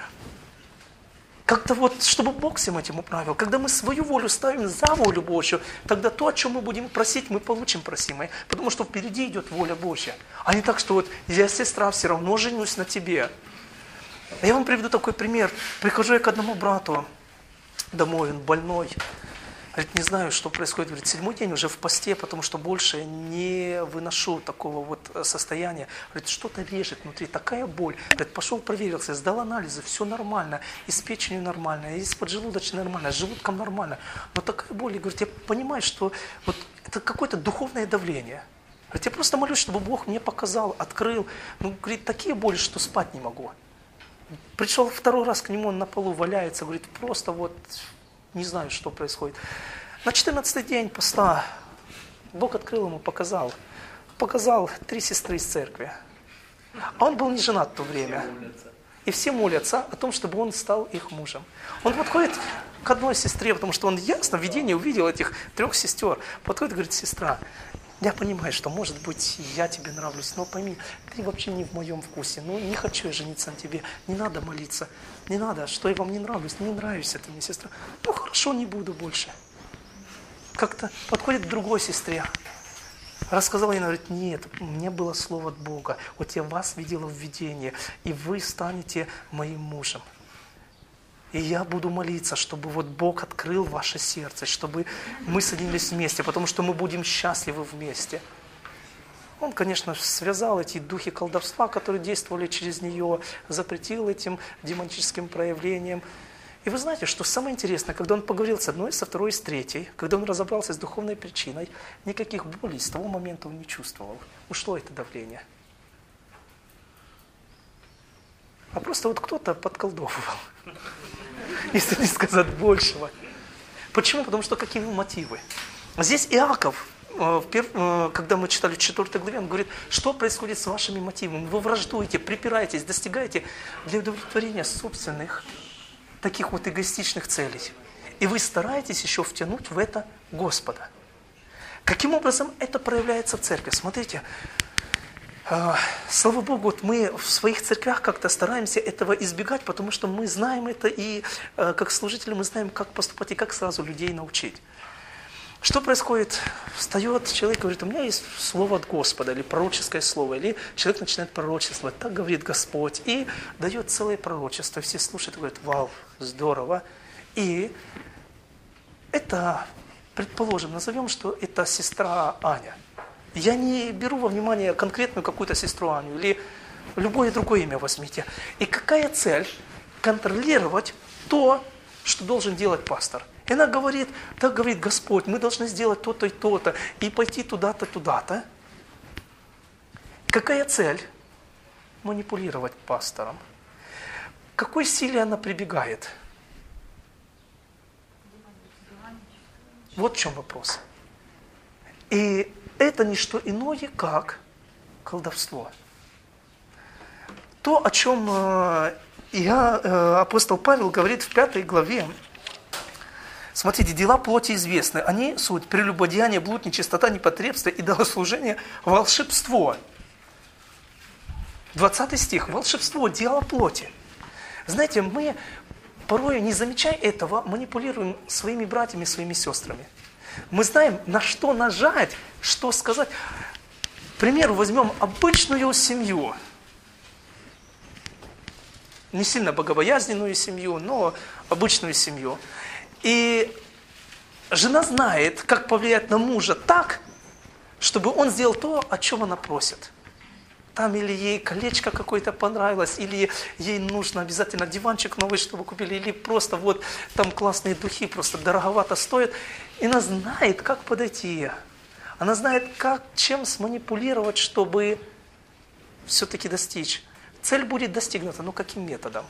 [SPEAKER 1] Как-то вот, чтобы Бог всем этим управил. Когда мы свою волю ставим за волю Божью, тогда то, о чем мы будем просить, мы получим просимое. Потому что впереди идет воля Божья. А не так, что вот я, сестра, все равно женюсь на тебе. Я вам приведу такой пример. Прихожу я к одному брату домой, он больной. Говорит, не знаю, что происходит. Говорит, 7-й день уже в посте, потому что больше не выношу такого вот состояния. Говорит, что-то режет внутри, такая боль. Говорит, пошел проверился, сдал анализы, все нормально. И с печенью нормально, и с поджелудочной нормально, с желудком нормально. Но такая боль, и говорит, я понимаю, что вот это какое-то духовное давление. Говорит, я просто молюсь, чтобы Бог мне показал, открыл. Ну, говорит, такие боли, что спать не могу. Пришел 2-й раз к нему, он на полу валяется, говорит, просто вот... Не знаю, что происходит. На 14-й день поста Бог открыл ему, показал 3 сестры из церкви. А он был не женат в то время. И все молятся о том, чтобы он стал их мужем. Он подходит к одной сестре, потому что он ясно в видении увидел этих 3 сестер. Подходит и говорит, сестра, я понимаю, что, может быть, я тебе нравлюсь, но пойми, ты вообще не в моем вкусе, ну, не хочу я жениться на тебе, не надо молиться, не надо, что я вам не нравлюсь, не нравишься ты мне, сестра. Ну, хорошо, не буду больше. Как-то подходит к другой сестре, рассказала ей, она говорит, нет, мне было слово от Бога, вот я вас видела в видении, и вы станете моим мужем. И я буду молиться, чтобы вот Бог открыл ваше сердце, чтобы мы соединились вместе, потому что мы будем счастливы вместе. Он, конечно, связал эти духи колдовства, которые действовали через нее, запретил этим демоническим проявлениям. И вы знаете, что самое интересное, когда он поговорил с одной, со второй, с третьей, когда он разобрался с духовной причиной, никаких болей с того момента он не чувствовал. Ушло это давление. А просто вот кто-то подколдовывал. Если не сказать большего. Почему? Потому что какие мотивы? Здесь Иаков, когда мы читали в 4 главе, он говорит, что происходит с вашими мотивами? Вы враждуете, припираетесь, достигаете для удовлетворения собственных таких вот эгоистичных целей. И вы стараетесь еще втянуть в это Господа. Каким образом это проявляется в церкви? Смотрите, слава Богу, вот мы в своих церквях как-то стараемся этого избегать, потому что мы знаем это, и как служители мы знаем, как поступать и как сразу людей научить. Что происходит? Встает человек и говорит, у меня есть слово от Господа, или пророческое слово, или человек начинает пророчествовать, так говорит Господь, и дает целое пророчество, все слушают и говорят, вау, здорово. И это, предположим, назовем, что это сестра Аня. Я не беру во внимание конкретную какую-то сестру Аню, или любое другое имя возьмите. И какая цель? Контролировать то, что должен делать пастор. И она говорит, так говорит Господь, мы должны сделать то-то и то-то, и пойти туда-то, туда-то. Какая цель? Манипулировать пастором. К какой силе она прибегает? Вот в чем вопрос. И это не что иное, как колдовство. То, о чем апостол Павел говорит в 5 главе. Смотрите, дела плоти известны. Они суть прелюбодеяние, блуд, нечистота, непотребство, идолослужение, волшебство. 20 стих. Волшебство, дела плоти. Знаете, мы порой, не замечая этого, манипулируем своими братьями, своими сестрами. Мы знаем, на что нажать, что сказать. К примеру, возьмем обычную семью. Не сильно богобоязненную семью, но обычную семью. И жена знает, как повлиять на мужа так, чтобы он сделал то, о чем она просит. Там или ей колечко какое-то понравилось, или ей нужно обязательно диванчик новый, чтобы купили, или просто вот там классные духи, просто дороговато стоят. И она знает, как подойти. Она знает, чем сманипулировать, чтобы все-таки достичь. Цель будет достигнута, но каким методом?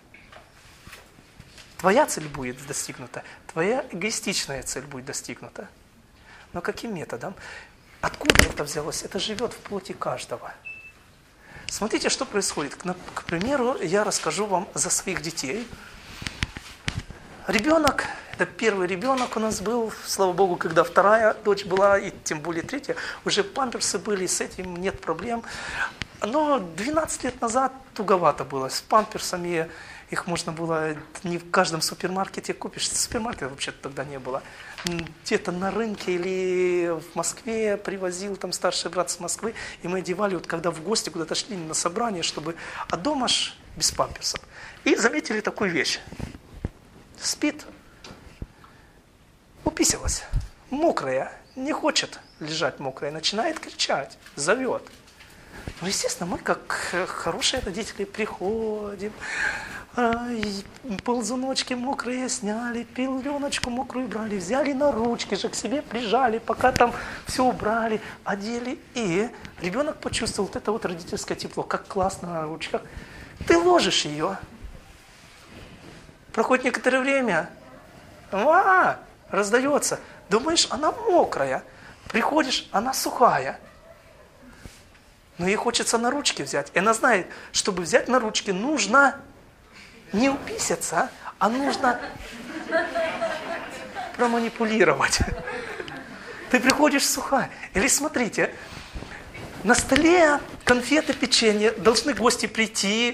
[SPEAKER 1] Твоя цель будет достигнута, твоя эгоистичная цель будет достигнута. Но каким методом? Откуда это взялось? Это живет в плоти каждого. Смотрите, что происходит. К примеру, я расскажу вам за своих детей. Ребенок, это первый ребенок у нас был, слава Богу, когда вторая дочь была, и тем более третья, уже памперсы были, с этим нет проблем. Но 12 лет назад туговато было с памперсами. Их можно было не в каждом супермаркете купишь. Супермаркета вообще-то тогда не было. Где-то на рынке или в Москве привозил там старший брат с Москвы. И мы одевали, вот когда в гости куда-то шли на собрание, чтобы... А дома ж без памперсов. И заметили такую вещь. Спит. Уписалась. Мокрая. Не хочет лежать мокрая. Начинает кричать. Зовет. Ну, естественно, мы, как хорошие родители, приходим, ползуночки мокрые сняли, пеленочку мокрую брали, взяли на ручки же к себе, прижали, пока там все убрали, одели. И ребенок почувствовал вот это вот родительское тепло, как классно на ручках. Ты ложишь ее. Проходит некоторое время, раздается. Думаешь, она мокрая. Приходишь, она сухая. Но ей хочется на ручки взять. И она знает, чтобы взять на ручки, нужно не уписаться, а нужно проманипулировать. Ты приходишь сухая. Или смотрите, на столе конфеты, печенье, должны гости прийти,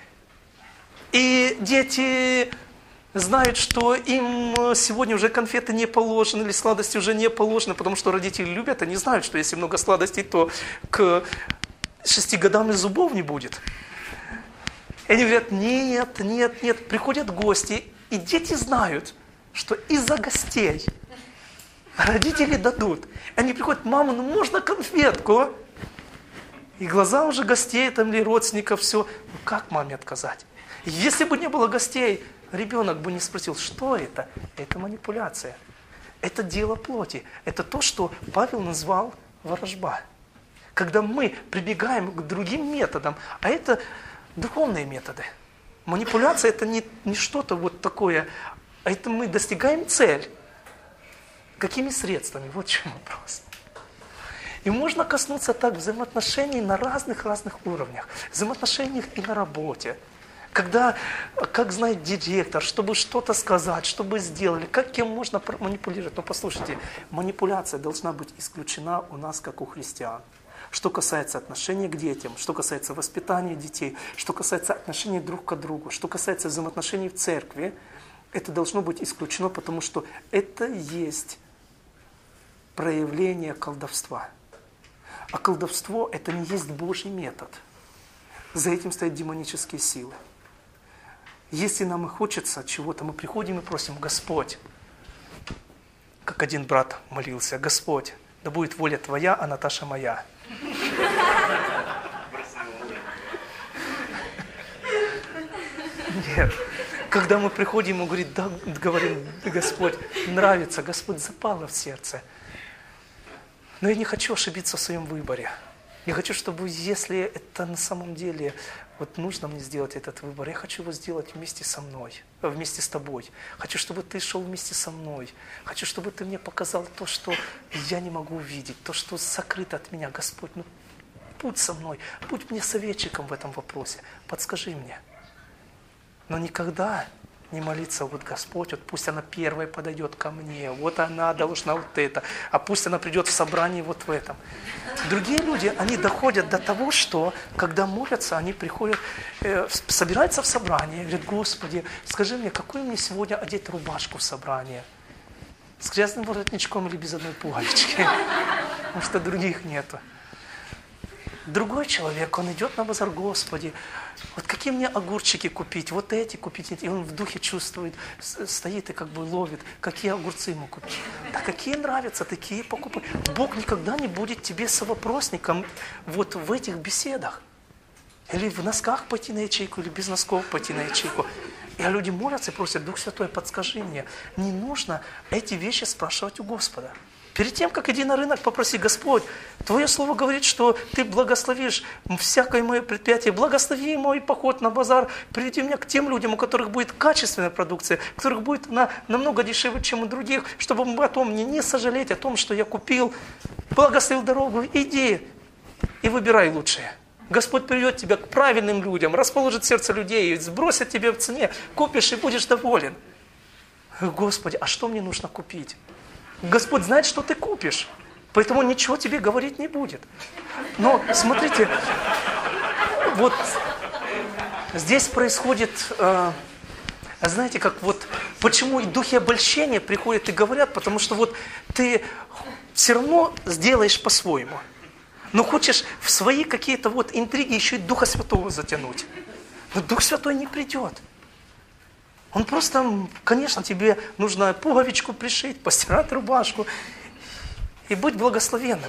[SPEAKER 1] и дети знают, что им сегодня уже конфеты не положены, или сладости уже не положены, потому что родители любят, они знают, что если много сладостей, то к 6 годам и зубов не будет. И они говорят, нет, приходят гости, и дети знают, что из-за гостей родители дадут. Они приходят, мама, ну можно конфетку? И глаза уже гостей там или родственников, все. Ну как маме отказать? Если бы не было гостей, ребенок бы не спросил, что это? Это манипуляция. Это дело плоти. Это то, что Павел назвал ворожба. Когда мы прибегаем к другим методам, а это духовные методы. Манипуляция это не что-то вот такое, а это мы достигаем цель. Какими средствами? Вот в чем вопрос. И можно коснуться так взаимоотношений на разных уровнях. Взаимоотношениях и на работе. Когда, как знает директор, чтобы что-то сказать, чтобы сделали, как кем можно манипулировать. Но послушайте, манипуляция должна быть исключена у нас, как у христиан. Что касается отношений к детям, что касается воспитания детей, что касается отношений друг к другу, что касается взаимоотношений в церкви, это должно быть исключено, потому что это есть проявление колдовства. А колдовство – это не есть Божий метод. За этим стоят демонические силы. Если нам и хочется чего-то, мы приходим и просим: Господь, как один брат молился: Господь, да будет воля Твоя, а Наташа моя. Нет. Когда мы приходим и говорим: Господь, нравится, Господь, запало в сердце. Но я не хочу ошибиться в своем выборе. Я хочу, чтобы, если это на самом деле вот нужно мне сделать этот выбор, я хочу его сделать вместе со мной, вместе с тобой. Хочу, чтобы ты шел вместе со мной. Хочу, чтобы ты мне показал то, что я не могу увидеть, то, что сокрыто от меня. Господь, ну будь со мной, будь мне советчиком в этом вопросе, подскажи мне. Но никогда не молиться: вот Господь, вот пусть она первой подойдет ко мне, вот она должна вот это, а пусть она придет в собрание вот в этом. Другие люди, они доходят до того, что когда молятся, они приходят, собираются в собрание, говорят: Господи, скажи мне, какую мне сегодня одеть рубашку в собрание? С грязным воротничком или без одной пуговички? Потому что других нету. Другой человек, он идет на базар: Господи, вот какие мне огурчики купить, вот эти купить, и он в духе чувствует, стоит и как бы ловит, какие огурцы ему купить. Да какие нравятся, такие покупай. Бог никогда не будет тебе совопросником вот в этих беседах. Или в носках пойти на ячейку, или без носков пойти на ячейку. И люди молятся и просят: Дух Святой, подскажи мне. Не нужно эти вещи спрашивать у Господа. Перед тем, как иди на рынок, попроси: Господь, Твое слово говорит, что Ты благословишь всякое мое предприятие, благослови мой поход на базар, приведи меня к тем людям, у которых будет качественная продукция, у которых будет она намного дешевле, чем у других, чтобы потом мне не сожалеть о том, что я купил, благословил дорогу, иди и выбирай лучшее. Господь приведет тебя к правильным людям, расположит сердце людей, сбросит тебе в цене, купишь и будешь доволен. Господи, а что мне нужно купить? Господь знает, что ты купишь, поэтому ничего тебе говорить не будет. Но смотрите, вот здесь происходит, знаете, как вот, почему и духи обольщения приходят и говорят, потому что вот ты все равно сделаешь по-своему, но хочешь в свои какие-то вот интриги еще и Духа Святого затянуть. Но Дух Святой не придет. Он просто, конечно, тебе нужно пуговичку пришить, постирать рубашку и быть благословенным.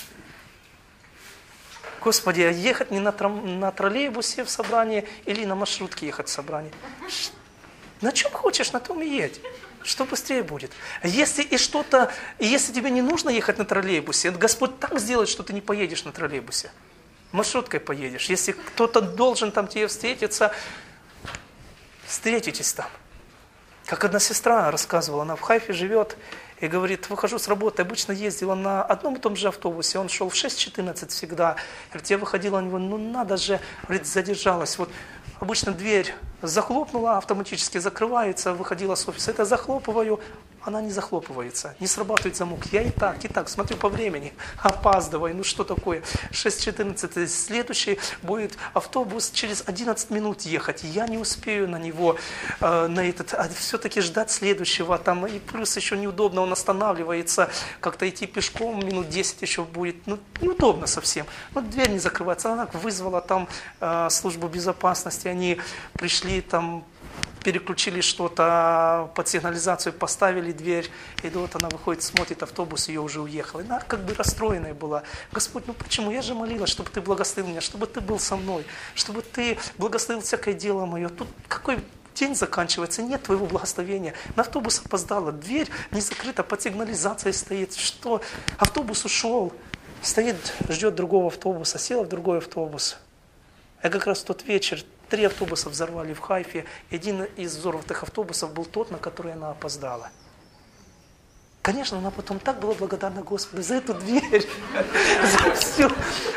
[SPEAKER 1] Господи, а ехать не на троллейбусе в собрание или на маршрутке ехать в собрание? На чем хочешь, на том и едь. Что быстрее будет. Если тебе не нужно ехать на троллейбусе, Господь так сделает, что ты не поедешь на троллейбусе. Маршруткой поедешь. Если кто-то должен там тебе встретиться, встретитесь там. Как одна сестра рассказывала, она в Хайфе живет и говорит: выхожу с работы, обычно ездила на одном и том же автобусе, он шел в 6:14 всегда. Говорит, я выходила на него, ну надо же, говорит, задержалась. Вот обычно дверь захлопнула, автоматически закрывается, выходила с офиса, это захлопываю, она не захлопывается, не срабатывает замок. Я и так, смотрю по времени, опаздываю, ну что такое, 6:14, следующий будет автобус через 11 минут ехать, я не успею на него, все-таки ждать следующего, там, и плюс еще неудобно, он останавливается, как-то идти пешком, минут 10 еще будет, ну неудобно совсем, ну дверь не закрывается, она вызвала там службу безопасности, они пришли там, переключили что-то под сигнализацию, поставили дверь, и вот она выходит, смотрит автобус, ее уже уехала. Она как бы расстроенная была. Господь, ну почему? Я же молилась, чтобы ты благословил меня, чтобы ты был со мной, чтобы ты благословил всякое дело мое. Тут какой день заканчивается, нет твоего благословения. На автобус опоздала, дверь не закрыта, под сигнализацией стоит. Что? Автобус ушел, стоит, ждет другого автобуса, села в другой автобус. Я как раз в тот вечер 3 автобуса взорвали в Хайфе. И один из взорванных автобусов был тот, на который она опоздала. Конечно, она потом так была благодарна Господу за эту дверь, за все.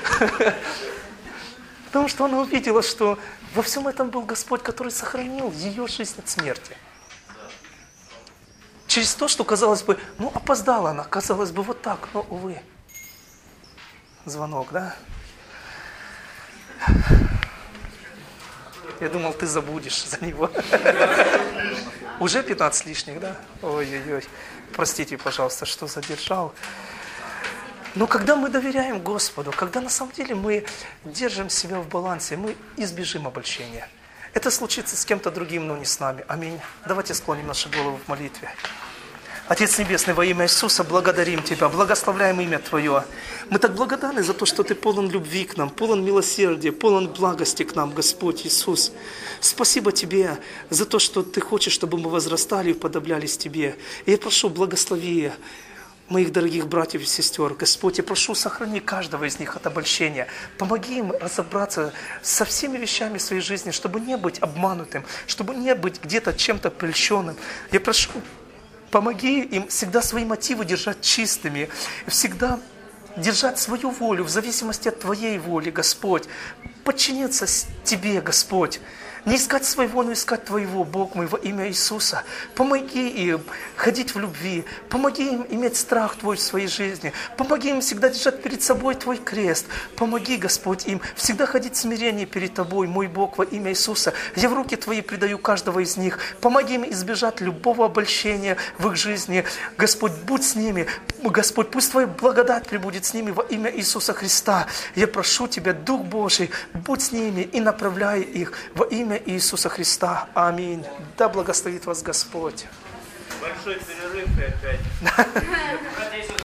[SPEAKER 1] Потому что она увидела, что во всем этом был Господь, который сохранил ее жизнь от смерти. Через то, что, казалось бы, ну опоздала она, казалось бы, вот так, но, увы. Звонок, да? Я думал, ты забудешь за него. Уже 15 лишних, да? Ой-ой-ой. Простите, пожалуйста, что задержал. Но когда мы доверяем Господу, когда на самом деле мы держим себя в балансе, мы избежим обольщения. Это случится с кем-то другим, но не с нами. Аминь. Давайте склоним наши головы в молитве. Отец Небесный, во имя Иисуса благодарим Тебя, благословляем имя Твое. Мы так благодарны за то, что Ты полон любви к нам, полон милосердия, полон благости к нам, Господь Иисус. Спасибо Тебе за то, что Ты хочешь, чтобы мы возрастали и уподоблялись Тебе. И я прошу, благослови моих дорогих братьев и сестер. Господь, я прошу, сохрани каждого из них от обольщения. Помоги им разобраться со всеми вещами своей жизни, чтобы не быть обманутым, чтобы не быть где-то чем-то прельщенным. Я прошу, помоги им всегда свои мотивы держать чистыми, всегда держать свою волю в зависимости от Твоей воли, Господь. Подчиниться Тебе, Господь. Не искать своего, но искать Твоего, Бог мой, во имя Иисуса. Помоги им ходить в любви. Помоги им иметь страх Твой в своей жизни. Помоги им всегда держать перед собой Твой крест. Помоги, Господь, им всегда ходить в смирении перед Тобой, мой Бог, во имя Иисуса. Я в руки Твои предаю каждого из них. Помоги им избежать любого обольщения в их жизни. Господь, будь с ними. Господь, пусть Твоя благодать пребудет с ними во имя Иисуса Христа. Я прошу Тебя, Дух Божий, будь с ними и направляй их во имя Иисуса Христа. Аминь. Да благословит вас Господь.
[SPEAKER 2] Большой перерыв и опять.